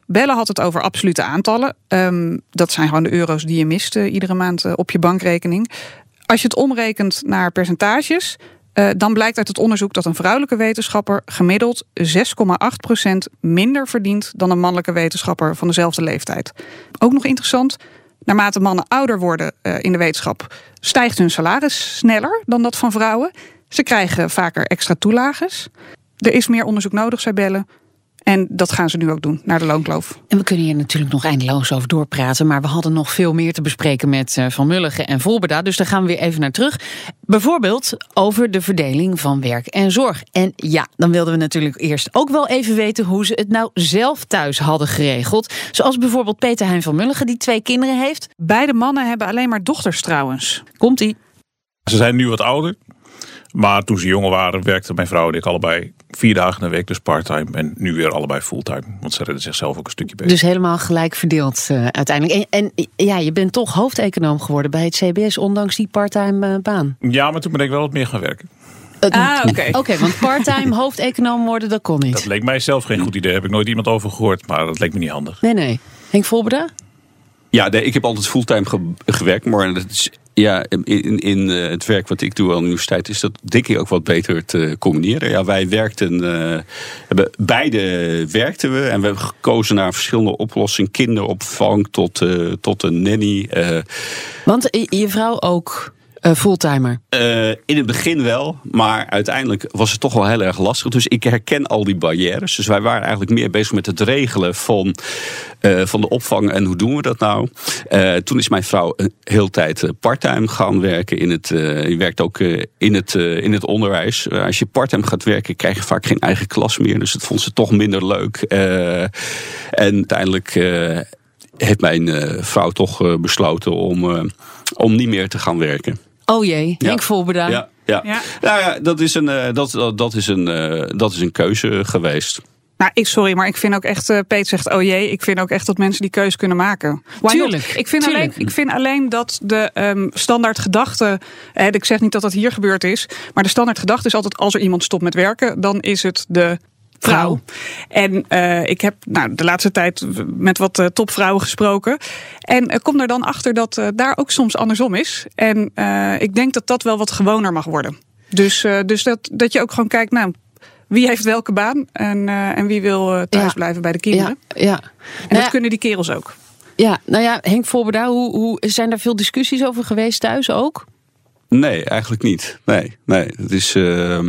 Belle had het over absolute aantallen. Um, dat zijn gewoon de euro's die je mist uh, iedere maand uh, op je bankrekening. Als je het omrekent naar percentages, uh, dan blijkt uit het onderzoek dat een vrouwelijke wetenschapper gemiddeld zes komma acht procent minder verdient dan een mannelijke wetenschapper van dezelfde leeftijd. Ook nog interessant, naarmate mannen ouder worden uh, in de wetenschap, stijgt hun salaris sneller dan dat van vrouwen. Ze krijgen vaker extra toelages. Er is meer onderzoek nodig, zei Belle. En dat gaan ze nu ook doen, naar de loonkloof. En we kunnen hier natuurlijk nog eindeloos over doorpraten, maar we hadden nog veel meer te bespreken met uh, Van Mulligen en Volberda. Dus daar gaan we weer even naar terug. Bijvoorbeeld over de verdeling van werk en zorg. En ja, dan wilden we natuurlijk eerst ook wel even weten hoe ze het nou zelf thuis hadden geregeld. Zoals bijvoorbeeld Peter Hein van Mulligen, die twee kinderen heeft. Beide mannen hebben alleen maar dochters trouwens. Komt-ie. Ze zijn nu wat ouder. Maar toen ze jonger waren, werkten mijn vrouw en ik allebei vier dagen in de week, dus parttime. En nu weer allebei fulltime, want ze redden zichzelf ook een stukje beter. Dus helemaal gelijk verdeeld uh, uiteindelijk. En, en ja, je bent toch hoofdeconoom geworden bij het C B S, ondanks die parttime uh, baan. Ja, maar toen ben ik wel wat meer gaan werken. Uh, ah, oké. Okay. okay, want parttime hoofdeconoom worden, dat kon niet. Dat leek mij zelf geen goed idee. Daar heb ik nooit iemand over gehoord, maar dat leek me niet handig. Nee, nee. Henk Volberda? Ja, nee, ik heb altijd fulltime ge- gewerkt, maar dat is... Ja, in, in uh, het werk wat ik doe aan de universiteit is dat denk ik ook wat beter te combineren. Ja, wij werkten, uh, hebben, beide werkten we en we hebben gekozen naar verschillende oplossingen. Kinderopvang tot, uh, tot een nanny. Uh. Want je vrouw ook uh, fulltimer? Uh, in het begin wel, maar uiteindelijk was het toch wel heel erg lastig. Dus ik herken al die barrières. Dus wij waren eigenlijk meer bezig met het regelen van... Uh, van de opvang en hoe doen we dat nou? Uh, toen is mijn vrouw een hele tijd uh, parttime gaan werken. In het, uh, je werkt ook uh, in, het, uh, in het onderwijs. Uh, als je parttime gaat werken, krijg je vaak geen eigen klas meer. Dus dat vond ze toch minder leuk. Uh, en uiteindelijk uh, heeft mijn uh, vrouw toch uh, besloten om, uh, om niet meer te gaan werken. Oh jee, ja. Henk Volberda. Ja, ja. ja. Nou ja, dat is een, uh, dat, dat, is een, uh, dat is een keuze geweest. Nou, ik, sorry, maar ik vind ook echt, uh, Peet zegt, oh jee, ik vind ook echt dat mensen die keuze kunnen maken. Why tuurlijk. Ik vind, tuurlijk. Alleen, ik vind alleen dat de um, standaard gedachte, eh, ik zeg niet dat dat hier gebeurd is, maar de standaard gedachte is altijd als er iemand stopt met werken, dan is het de vrouw. En uh, ik heb nou, de laatste tijd met wat uh, topvrouwen gesproken. En uh, kom er dan achter dat uh, daar ook soms andersom is. En uh, ik denk dat dat wel wat gewoner mag worden. Dus, uh, dus dat, dat je ook gewoon kijkt, nou, wie heeft welke baan en, uh, en wie wil uh, thuis ja. blijven bij de kinderen. Ja, ja. En nou dat ja. kunnen die kerels ook. Ja, nou ja, Henk Volberda, hoe, hoe, zijn daar veel discussies over geweest thuis ook? Nee, eigenlijk niet. Nee, nee. Het is, uh,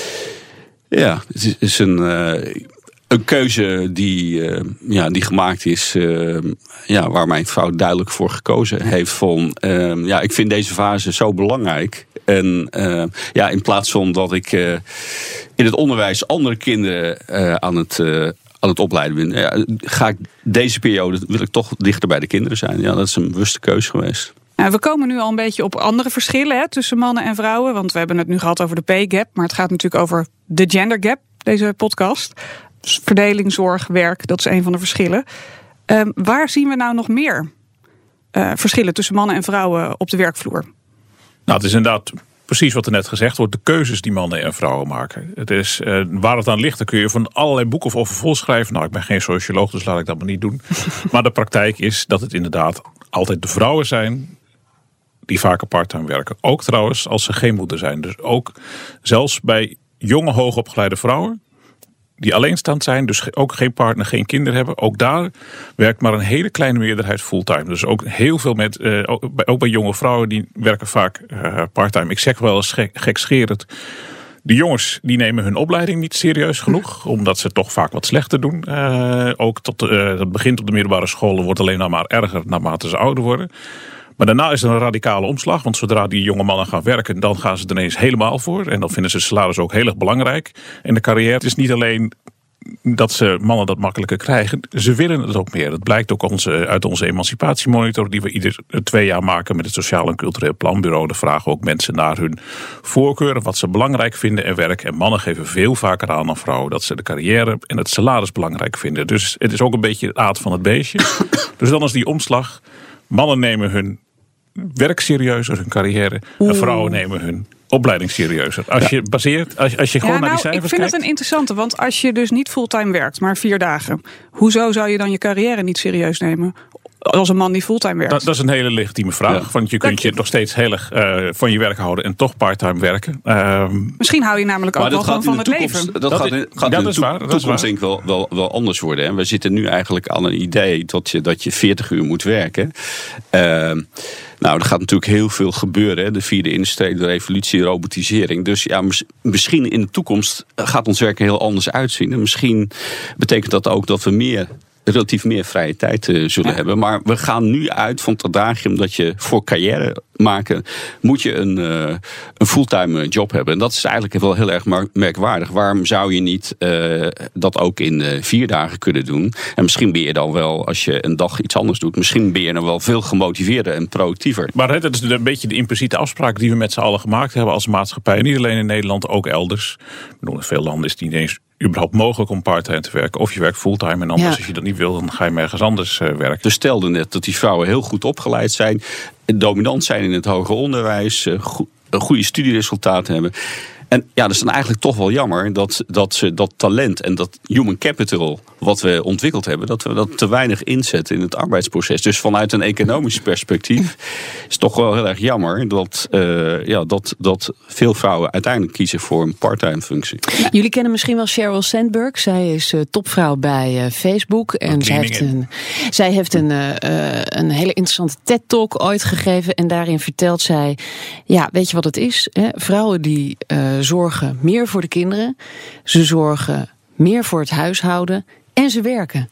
ja, het is, is een, uh, een keuze die, uh, ja, die gemaakt is, uh, ja, waar mijn vrouw duidelijk voor gekozen heeft. Van, uh, ja, ik vind deze fase zo belangrijk. En uh, ja, in plaats van dat ik uh, in het onderwijs andere kinderen uh, aan het uh, aan het opleiden ben, ja, ga ik deze periode wil ik toch dichter bij de kinderen zijn. Ja, dat is een bewuste keuze geweest. Nou, we komen nu al een beetje op andere verschillen hè, tussen mannen en vrouwen. Want we hebben het nu gehad over de pay gap. Maar het gaat natuurlijk over de gender gap, deze podcast. Verdeling, zorg, werk, dat is een van de verschillen. Um, waar zien we nou nog meer uh, verschillen tussen mannen en vrouwen op de werkvloer? Nou, het is inderdaad precies wat er net gezegd wordt. De keuzes die mannen en vrouwen maken. Het is, uh, waar het aan ligt, dan kun je van allerlei boeken over volschrijven. Nou, ik ben geen socioloog, dus laat ik dat maar niet doen. Maar de praktijk is dat het inderdaad altijd de vrouwen zijn die vaker parttime werken. Ook trouwens als ze geen moeder zijn. Dus ook zelfs bij jonge, hoogopgeleide vrouwen die alleenstaand zijn, dus ook geen partner, geen kinderen hebben. Ook daar werkt maar een hele kleine meerderheid fulltime. Dus ook heel veel met, uh, ook, bij, ook bij jonge vrouwen, die werken vaak uh, parttime. Ik zeg wel eens gek, gekscherend, de jongens die nemen hun opleiding niet serieus genoeg, omdat ze toch vaak wat slechter doen. Uh, ook tot, uh, dat begint op de middelbare scholen, wordt alleen maar erger naarmate ze ouder worden. Maar daarna is er een radicale omslag. Want zodra die jonge mannen gaan werken, dan gaan ze er ineens helemaal voor. En dan vinden ze salaris ook heel erg belangrijk. En de carrière, het is niet alleen dat ze mannen dat makkelijker krijgen. Ze willen het ook meer. Dat blijkt ook onze, uit onze emancipatiemonitor die we ieder twee jaar maken met het Sociaal en Cultureel Planbureau. Daar vragen we ook mensen naar hun voorkeuren, wat ze belangrijk vinden in werk. En mannen geven veel vaker aan dan vrouwen dat ze de carrière en het salaris belangrijk vinden. Dus het is ook een beetje de aard van het beestje. Dus dan is die omslag. Mannen nemen hun werk serieus, hun carrière. En vrouwen nemen hun opleiding serieuzer. Als je baseert, als, als je gewoon ja, naar nou, die cijfers ik vind kijkt. het een interessante, want als je dus niet fulltime werkt, maar vier dagen, hoezo zou je dan je carrière niet serieus nemen? Als een man die fulltime werkt. Dat, dat is een hele legitieme vraag. Ja. Want je kunt je nog steeds heel erg uh, van je werk houden en toch parttime werken. Uh, Misschien hou je namelijk ook wel gewoon van het toekomst, leven. Dat, dat gaat in, gaat dat in de is waar, dat toekomst is denk ik wel, wel, wel anders worden. En we zitten nu eigenlijk aan een idee dat je, dat je veertig uur moet werken. Uh, nou, er gaat natuurlijk heel veel gebeuren. Hè? De vierde industriële revolutie, robotisering. Dus ja, mis, misschien in de toekomst gaat ons werk heel anders uitzien. En misschien betekent dat ook dat we meer... relatief meer vrije tijd uh, zullen ja. hebben. Maar we gaan nu uit van het adagium dat je voor carrière maken moet je een, uh, een fulltime job hebben. En dat is eigenlijk wel heel erg merkwaardig. Waarom zou je niet uh, dat ook in uh, vier dagen kunnen doen? En misschien ben je dan wel, als je een dag iets anders doet, misschien ben je dan wel veel gemotiveerder en productiever. Maar dat is een beetje de impliciete afspraak die we met z'n allen gemaakt hebben als maatschappij. Niet alleen in Nederland, ook elders. Ik bedoel, in veel landen is het niet eens überhaupt mogelijk om parttime te werken. Of je werkt fulltime en anders ja. als je dat niet wil, dan ga je maar ergens anders uh, werken. Dus stelde net dat die vrouwen heel goed opgeleid zijn, dominant zijn in het hoger onderwijs, uh, go- goede studieresultaten hebben. En ja, dat is dan eigenlijk toch wel jammer dat, dat ze dat talent en dat human capital wat we ontwikkeld hebben, dat we dat te weinig inzetten in het arbeidsproces. Dus vanuit een economisch perspectief is het toch wel heel erg jammer dat, uh, ja, dat, dat veel vrouwen uiteindelijk kiezen voor een parttime functie. Jullie kennen misschien wel Sheryl Sandberg. Zij is uh, topvrouw bij uh, Facebook. En zij heeft, een, zij heeft een, uh, een hele interessante TED-talk ooit gegeven. En daarin vertelt zij, ja, weet je wat het is? Hè? Vrouwen die uh, zorgen meer voor de kinderen. Ze zorgen meer voor het huishouden. En ze werken.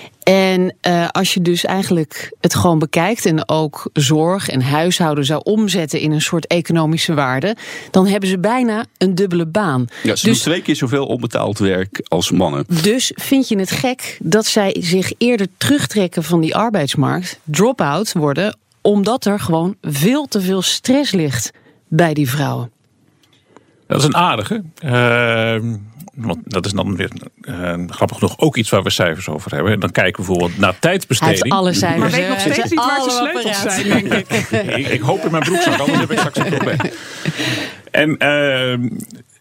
En uh, als je dus eigenlijk het gewoon bekijkt en ook zorg en huishouden zou omzetten in een soort economische waarde, dan hebben ze bijna een dubbele baan. Ja, ze dus, doen twee keer zoveel onbetaald werk als mannen. Dus vind je het gek dat zij zich eerder terugtrekken van die arbeidsmarkt, drop-out worden, omdat er gewoon veel te veel stress ligt bij die vrouwen? Dat is een aardige. Uh... Want dat is dan weer uh, grappig genoeg ook iets waar we cijfers over hebben. En dan kijken we bijvoorbeeld naar tijdsbesteding. Hij heeft alle cijfers. Maar weet nog steeds niet waar zijn sleutels zijn, denk ik. ik. Ik hoop in mijn broekzak, anders heb ik straks een probleem. En, uh,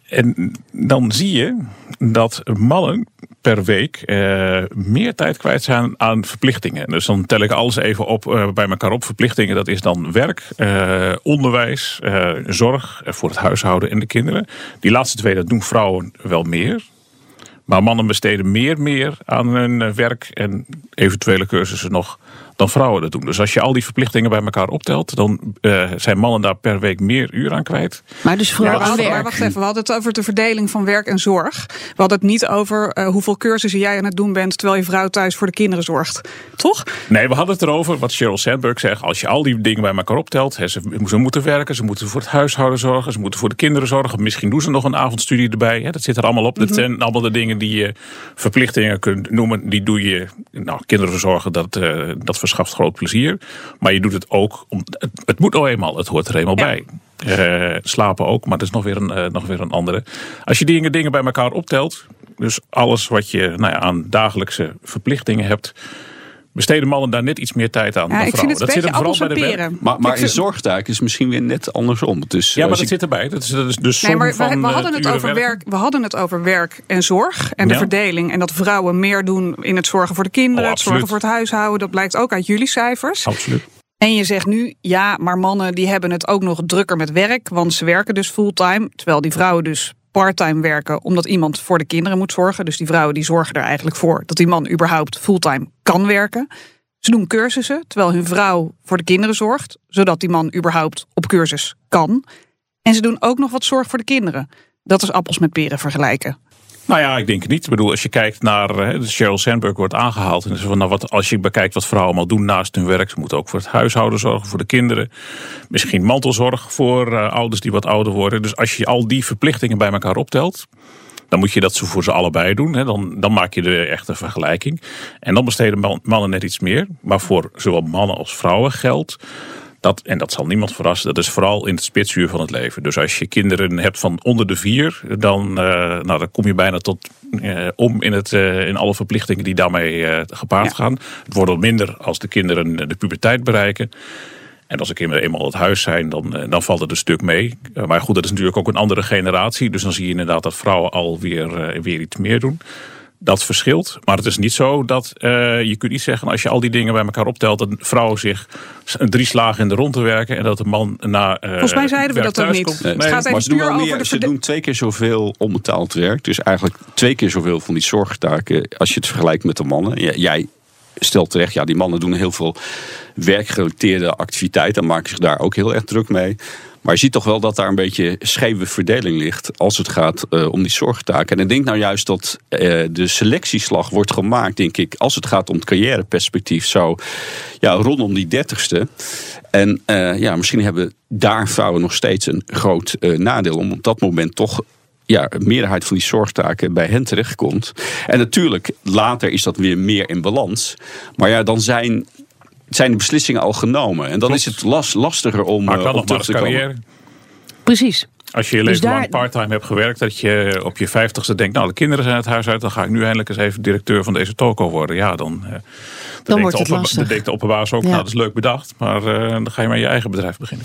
en dan zie je dat mannen per week uh, meer tijd kwijt zijn aan verplichtingen. Dus dan tel ik alles even op uh, bij elkaar op. Verplichtingen, dat is dan werk, uh, onderwijs, uh, zorg uh, voor het huishouden en de kinderen. Die laatste twee, dat doen vrouwen wel meer. Maar mannen besteden meer, meer aan hun uh, werk en eventuele cursussen nog dan vrouwen dat doen. Dus als je al die verplichtingen bij elkaar optelt, dan uh, zijn mannen daar per week meer uur aan kwijt. Maar dus vooral ja, aan werk. Maar wacht even, we hadden het over de verdeling van werk en zorg. We hadden het niet over uh, hoeveel cursussen jij aan het doen bent terwijl je vrouw thuis voor de kinderen zorgt. Toch? Nee, we hadden het erover, wat Sheryl Sandberg zegt, als je al die dingen bij elkaar optelt, hè, ze, ze moeten werken, ze moeten voor het huishouden zorgen, ze moeten voor de kinderen zorgen, misschien doen ze nog een avondstudie erbij. Hè, dat zit er allemaal op. Mm-hmm. Dat zijn allemaal de dingen die je verplichtingen kunt noemen. Die doe je, nou, kinderen verzorgen, dat, uh, dat verschaft groot plezier. Maar je doet het ook, om, het, het moet nou eenmaal, het hoort er eenmaal ja. bij. Uh, slapen ook, maar dat is nog weer een, uh, nog weer een andere. Als je dingen, dingen bij elkaar optelt, dus alles wat je nou ja, aan dagelijkse verplichtingen hebt, besteden mannen daar net iets meer tijd aan ja, dan ik vrouwen. Vind het dat zit hem vooral bij de werk. Maar, maar in zorgtaak is misschien weer net andersom. Dus ja, maar dat ik... zit erbij. Dat is, dat is de som nee, maar van we, we, hadden het over werk, we hadden het over werk en zorg en de ja. verdeling. En dat vrouwen meer doen in het zorgen voor de kinderen, oh, het zorgen voor het huishouden. Dat blijkt ook uit jullie cijfers. Absoluut. En je zegt nu, ja, maar mannen die hebben het ook nog drukker met werk, want ze werken dus fulltime, terwijl die vrouwen dus parttime werken, omdat iemand voor de kinderen moet zorgen. Dus die vrouwen die zorgen er eigenlijk voor dat die man überhaupt fulltime kan werken. Ze doen cursussen, terwijl hun vrouw voor de kinderen zorgt, zodat die man überhaupt op cursus kan. En ze doen ook nog wat zorg voor de kinderen. Dat is appels met peren vergelijken. Nou ja, ik denk het niet. Ik bedoel, als je kijkt naar, uh, Sheryl Sandberg wordt aangehaald. En van, nou, wat, als je bekijkt wat vrouwen allemaal doen naast hun werk. Ze moeten ook voor het huishouden zorgen, voor de kinderen. Misschien mantelzorg voor uh, ouders die wat ouder worden. Dus als je al die verplichtingen bij elkaar optelt, dan moet je dat zo voor ze allebei doen. Hè. Dan, dan maak je de echte vergelijking. En dan besteden mannen net iets meer. Maar voor zowel mannen als vrouwen geldt dat, en dat zal niemand verrassen, dat is vooral in het spitsuur van het leven. Dus als je kinderen hebt van onder de vier, dan, uh, nou, dan kom je bijna tot uh, om in, het, uh, in alle verplichtingen die daarmee uh, gepaard ja. gaan. Het wordt wat minder als de kinderen de puberteit bereiken. En als kinderen eenmaal het huis zijn, dan, dan valt het een stuk mee. Uh, maar goed, dat is natuurlijk ook een andere generatie. Dus dan zie je inderdaad dat vrouwen alweer uh, weer iets meer doen. Dat verschilt. Maar het is niet zo dat uh, je kunt niet zeggen, als je al die dingen bij elkaar optelt, dat vrouwen zich drie slagen in de rond te werken en dat de man na uh, Volgens mij zeiden we dat ook niet. Nee, het gaat maar ze doen, wel meer, de ze doen twee keer zoveel onbetaald werk. Dus eigenlijk twee keer zoveel van die zorgtaken als je het vergelijkt met de mannen. Ja, jij stelt terecht, ja, die mannen doen heel veel werkgerelateerde activiteiten en maken zich daar ook heel erg druk mee. Maar je ziet toch wel dat daar een beetje scheve verdeling ligt als het gaat uh, om die zorgtaken. En ik denk nou juist dat uh, de selectieslag wordt gemaakt, denk ik, als het gaat om het carrièreperspectief, zo ja, rondom die dertigste. En uh, ja, misschien hebben daar vrouwen nog steeds een groot uh, nadeel om op dat moment toch ja, een meerderheid van die zorgtaken bij hen terechtkomt. En natuurlijk, later is dat weer meer in balans. Maar ja, dan zijn... zijn de beslissingen al genomen. En dan Klopt. is het las, lastiger om maar kan uh, op terug te carrière. komen. Precies. Als je je leven dus lang daar... parttime hebt gewerkt, dat je op je vijftigste denkt, nou, de kinderen zijn het huis uit, dan ga ik nu eindelijk eens even directeur van deze toko worden. Ja, dan, uh, dan, dan wordt de het lastig. Dan denkt de opperbaas ook, ja. nou, dat is leuk bedacht, maar uh, dan ga je maar je eigen bedrijf beginnen.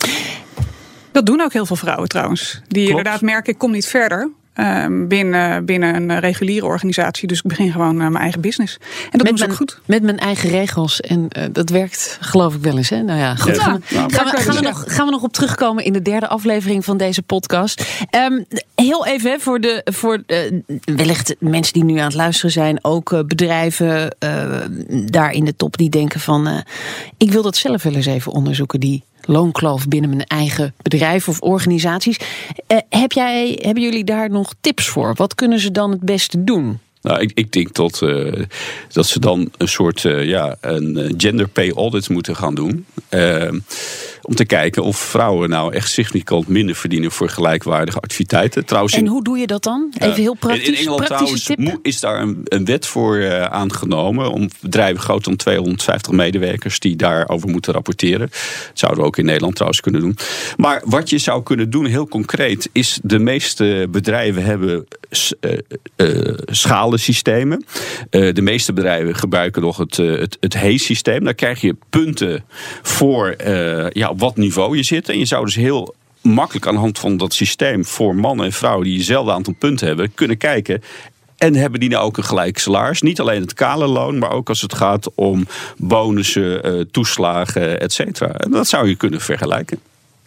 Dat doen ook heel veel vrouwen trouwens. Die Klopt. inderdaad merken, ik kom niet verder. Uh, binnen, binnen een reguliere organisatie. Dus ik begin gewoon uh, mijn eigen business. En dat met doen ze ook goed. Met mijn eigen regels. En uh, dat werkt geloof ik wel eens. Hè? Nou ja, goed. Ja. Gaan, we, nou, gaan, we, gaan, we nog, gaan we nog op terugkomen in de derde aflevering van deze podcast. Um, heel even hè, voor, de, voor uh, wellicht mensen die nu aan het luisteren zijn. Ook uh, bedrijven uh, daar in de top die denken van... Uh, ik wil dat zelf wel eens even onderzoeken, die loonkloof binnen mijn eigen bedrijf of organisaties. Uh, heb jij, hebben jullie daar nog tips voor? Wat kunnen ze dan het beste doen? Nou, ik, ik denk dat, uh, dat ze dan een soort uh, ja, een gender pay audit moeten gaan doen. Uh, om te kijken of vrouwen nou echt significant minder verdienen voor gelijkwaardige activiteiten. Trouwens, en hoe doe je dat dan? Even heel praktisch. In, in Engeland trouwens is daar een, een wet voor uh, aangenomen om bedrijven groter dan tweehonderdvijftig medewerkers die daarover moeten rapporteren. Dat zouden we ook in Nederland trouwens kunnen doen. Maar wat je zou kunnen doen, heel concreet, is de meeste bedrijven hebben uh, uh, schalensystemen. Uh, de meeste bedrijven gebruiken nog het, uh, het, het H E E S-systeem. Daar krijg je punten voor uh, ja, op wat niveau je zit. En je zou dus heel makkelijk aan de hand van dat systeem voor mannen en vrouwen die hetzelfde aantal punten hebben, kunnen kijken. En hebben die nou ook een gelijk salaris? Niet alleen het kale loon, maar ook als het gaat om bonussen, uh, toeslagen, et cetera. En dat zou je kunnen vergelijken.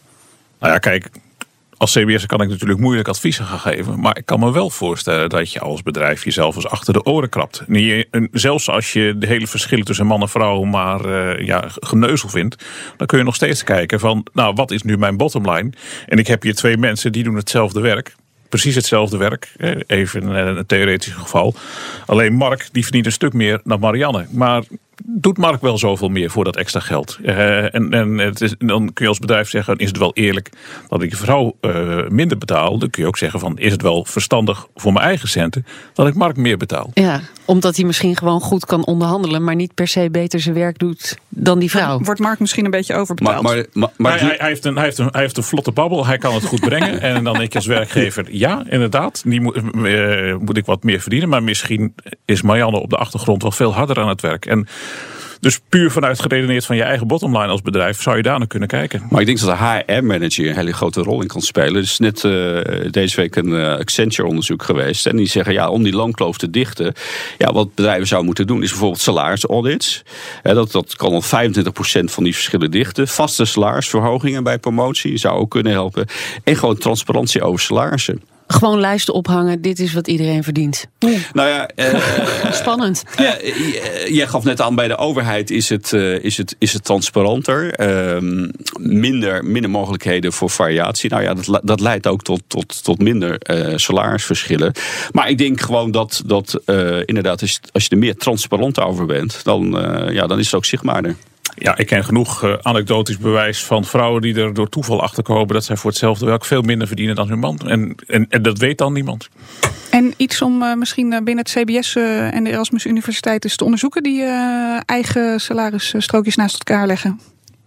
Nou ja, kijk, als C B S kan ik natuurlijk moeilijk adviezen gaan geven. Maar ik kan me wel voorstellen dat je als bedrijf jezelf eens achter de oren krabt. Zelfs als je de hele verschillen tussen man en vrouw maar uh, ja, geneuzel vindt. Dan kun je nog steeds kijken van, nou, wat is nu mijn bottomline? En ik heb hier twee mensen die doen hetzelfde werk. Precies hetzelfde werk, even een theoretisch geval. Alleen Mark die verdient een stuk meer dan Marianne. Maar doet Mark wel zoveel meer voor dat extra geld? Uh, en en het is, dan kun je als bedrijf zeggen, is het wel eerlijk dat ik je vrouw uh, minder betaal? Dan kun je ook zeggen van, is het wel verstandig voor mijn eigen centen dat ik Mark meer betaal? Ja, omdat hij misschien gewoon goed kan onderhandelen, maar niet per se beter zijn werk doet dan die vrouw. Wordt Mark misschien een beetje overbetaald? Maar, maar, maar, maar hij, hij, heeft een, hij, heeft een, hij heeft een vlotte babbel, hij kan het goed brengen. En dan denk ik als werkgever, ja, inderdaad, die moet, uh, moet ik wat meer verdienen. Maar misschien is Marianne op de achtergrond wel veel harder aan het werk. En dus puur vanuit geredeneerd van je eigen bottomline als bedrijf zou je daar naar kunnen kijken. Maar ik denk dat de H R-manager een hele grote rol in kan spelen. Er is net uh, deze week een uh, Accenture-onderzoek geweest. En die zeggen, ja, om die loonkloof te dichten, ja, wat bedrijven zouden moeten doen is bijvoorbeeld salarisaudits. Ja, dat, dat kan al vijfentwintig procent van die verschillen dichten. Vaste salarisverhogingen bij promotie zou ook kunnen helpen. En gewoon transparantie over salarissen. Gewoon lijsten ophangen, dit is wat iedereen verdient. Oeh. Nou ja, uh, spannend. Uh, jij gaf net aan, bij de overheid is het, uh, is het, is het transparanter. Uh, minder, minder mogelijkheden voor variatie. Nou ja, dat, dat leidt ook tot, tot, tot minder uh, salarisverschillen. Maar ik denk gewoon dat, dat uh, inderdaad, als je er meer transparant over bent, dan, uh, ja, dan is het ook zichtbaarder. Ja, ik ken genoeg uh, anekdotisch bewijs van vrouwen die er door toeval achter komen dat zij voor hetzelfde werk veel minder verdienen dan hun man. En, en, en dat weet dan niemand. En iets om uh, misschien binnen het C B S uh, en de Erasmus Universiteit eens te onderzoeken, die uh, eigen salarisstrookjes naast elkaar leggen.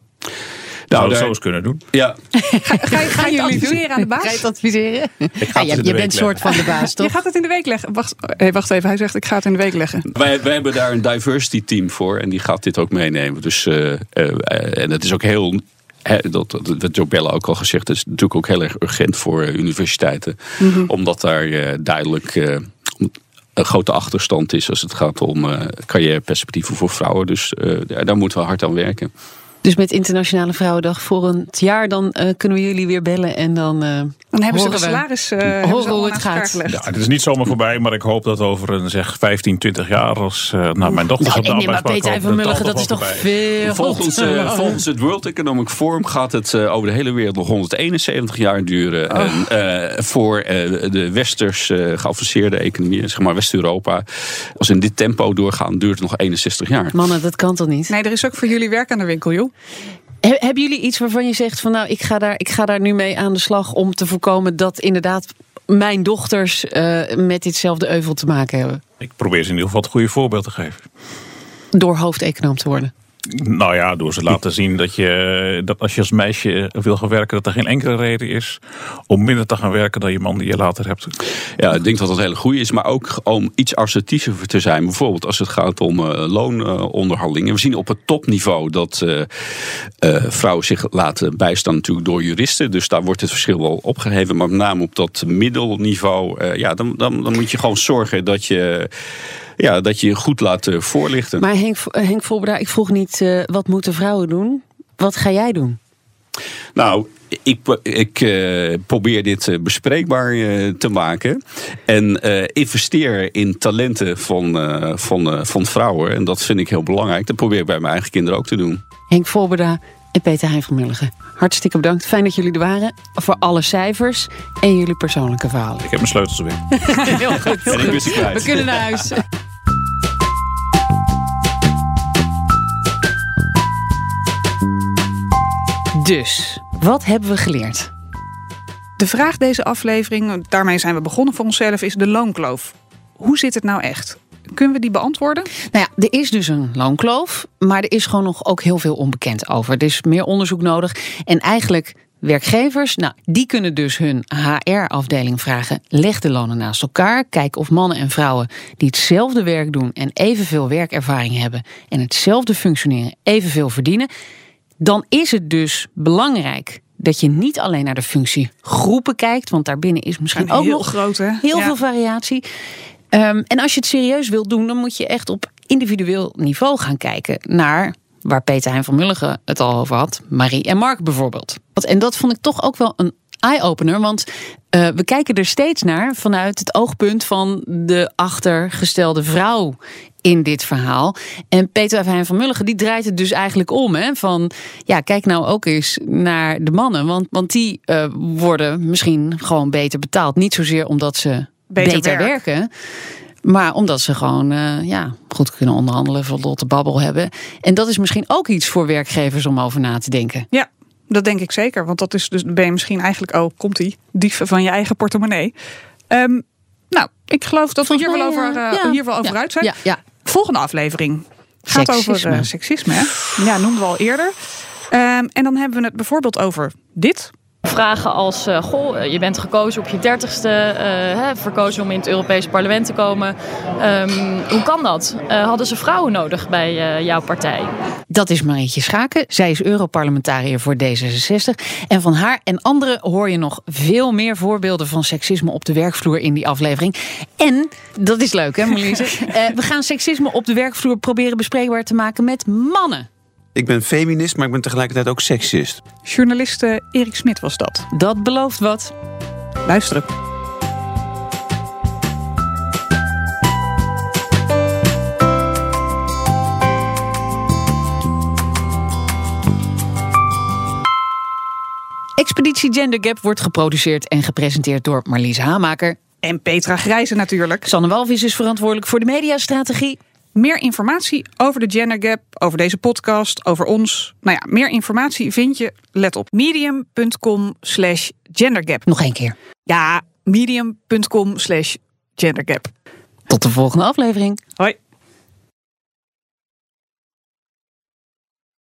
Nou, dat zou eens kunnen doen. Ja. Ga, ga, je, ga je adviseren aan de baas? Ga je het adviseren? Ik ga ah, het je je bent soort van de baas, toch? Je gaat het in de week leggen. Wacht, hey, wacht even, hij zegt ik ga het in de week leggen. Wij, wij hebben daar een diversity team voor en die gaat dit ook meenemen. Dus, uh, uh, en het is ook heel He, dat, dat, dat Jobella ook al gezegd, is natuurlijk ook heel erg urgent voor uh, universiteiten. Mm-hmm. Omdat daar uh, duidelijk uh, een grote achterstand is als het gaat om uh, carrièreperspectieven voor vrouwen. Dus uh, daar moeten we hard aan werken. Dus met Internationale Vrouwendag volgend jaar, dan uh, kunnen we jullie weer bellen en dan uh, Dan hebben ze de we, salaris uh, horen hoe het gaat. Ja, het is niet zomaar voorbij, maar ik hoop dat over een zeg vijftien, twintig jaar, als uh, nou, mijn dochter nou, op de nee, maar Peter van Mulligen, dat is toch veel. Volgens, uh, volgens het World Economic Forum gaat het uh, over de hele wereld nog honderdeenenzeventig jaar duren. Oh. En, uh, voor uh, de westers uh, geavanceerde economieën, zeg maar West-Europa. Als in dit tempo doorgaan, duurt het nog eenenzestig jaar. Mannen, dat kan toch niet? Nee, er is ook voor jullie werk aan de winkel, joh. He, hebben jullie iets waarvan je zegt van nou, ik ga daar, ik ga daar nu mee aan de slag om te voorkomen dat inderdaad mijn dochters uh, met ditzelfde euvel te maken hebben? Ik probeer ze in ieder geval het goede voorbeeld te geven. Door hoofdeconoom te worden? Nou ja, door ze laten zien dat je dat als je als meisje wil gaan werken, dat er geen enkele reden is om minder te gaan werken dan je man die je later hebt. Ja, ik denk dat dat een hele goede is, maar ook om iets assertiever te zijn. Bijvoorbeeld als het gaat om uh, loononderhandelingen. Uh, We zien op het topniveau dat uh, uh, vrouwen zich laten bijstaan natuurlijk door juristen. Dus daar wordt het verschil wel opgeheven. Maar met name op dat middelniveau, uh, ja, dan, dan, dan moet je gewoon zorgen dat je... Ja, dat je je goed laat uh, voorlichten. Maar Henk, Henk Volberda, ik vroeg niet uh, wat moeten vrouwen doen? Wat ga jij doen? Nou, ik, ik uh, probeer dit uh, bespreekbaar uh, te maken. En uh, investeer in talenten van, uh, van, uh, van vrouwen. En dat vind ik heel belangrijk. Dat probeer ik bij mijn eigen kinderen ook te doen. Henk Volberda en Peter Hein van Mulligen. Hartstikke bedankt. Fijn dat jullie er waren. Voor alle cijfers en jullie persoonlijke verhalen. Ik heb mijn sleutels er weer. Heel goed. En ik wist ik kwijt. We kunnen naar huis. Dus, wat hebben we geleerd? De vraag deze aflevering, daarmee zijn we begonnen voor onszelf, is de loonkloof. Hoe zit het nou echt? Kunnen we die beantwoorden? Nou ja, er is dus een loonkloof, maar er is gewoon nog ook heel veel onbekend over. Er is meer onderzoek nodig. En eigenlijk werkgevers, nou, die kunnen dus hun H R-afdeling vragen: leg de lonen naast elkaar. Kijk of mannen en vrouwen die hetzelfde werk doen en evenveel werkervaring hebben en hetzelfde functioneren evenveel verdienen. Dan is het dus belangrijk dat je niet alleen naar de functiegroepen kijkt, want daarbinnen is misschien en ook heel nog groot, hè? heel Ja. veel variatie. Um, en als je het serieus wilt doen, dan moet je echt op individueel niveau gaan kijken naar waar Peter Hein van Mulligen het al over had, Marie en Mark bijvoorbeeld. En dat vond ik toch ook wel een eye-opener, want uh, we kijken er steeds naar vanuit het oogpunt van de achtergestelde vrouw in dit verhaal. En Peter Hein van Mulligen die draait het dus eigenlijk om. Hè? Van ja, kijk nou ook eens naar de mannen. Want, want die uh, worden misschien gewoon beter betaald. Niet zozeer omdat ze beter, beter werk. werken. Maar omdat ze gewoon uh, ja, goed kunnen onderhandelen, vlotte babbel hebben. En dat is misschien ook iets voor werkgevers om over na te denken. Ja, dat denk ik zeker. Want dat is dus, ben je misschien eigenlijk, oh, komt-ie, dief van je eigen portemonnee. Um, nou, ik geloof dat we hier wel over, uh, ja. hier wel over ja. uit zijn. Ja, ja. Volgende aflevering gaat seksisme. over uh, seksisme. Hè? Ja, noemden we al eerder. Um, en dan hebben we het bijvoorbeeld over dit. Vragen als, uh, goh, je bent gekozen op je dertigste, uh, hè, verkozen om in het Europees Parlement te komen. Um, hoe kan dat? Uh, hadden ze vrouwen nodig bij uh, jouw partij? Dat is Marietje Schaken. Zij is Europarlementariër voor D zesenzestig. En van haar en anderen hoor je nog veel meer voorbeelden van seksisme op de werkvloer in die aflevering. En, dat is leuk hè Marliese, uh, we gaan seksisme op de werkvloer proberen bespreekbaar te maken met mannen. Ik ben feminist, maar ik ben tegelijkertijd ook seksist. Journalist uh, Erik Smit was dat. Dat belooft wat. Luisteren. Expeditie Gender Gap wordt geproduceerd en gepresenteerd door Marlies Hamaker. En Petra Grijze natuurlijk. Sanne Walvis is verantwoordelijk voor de mediastrategie. Meer informatie over de Gender Gap, over deze podcast, over ons. Nou ja, meer informatie vind je, let op, medium.com slash gendergap. Nog één keer. Ja, medium.com slash gendergap. Tot de volgende aflevering. Hoi.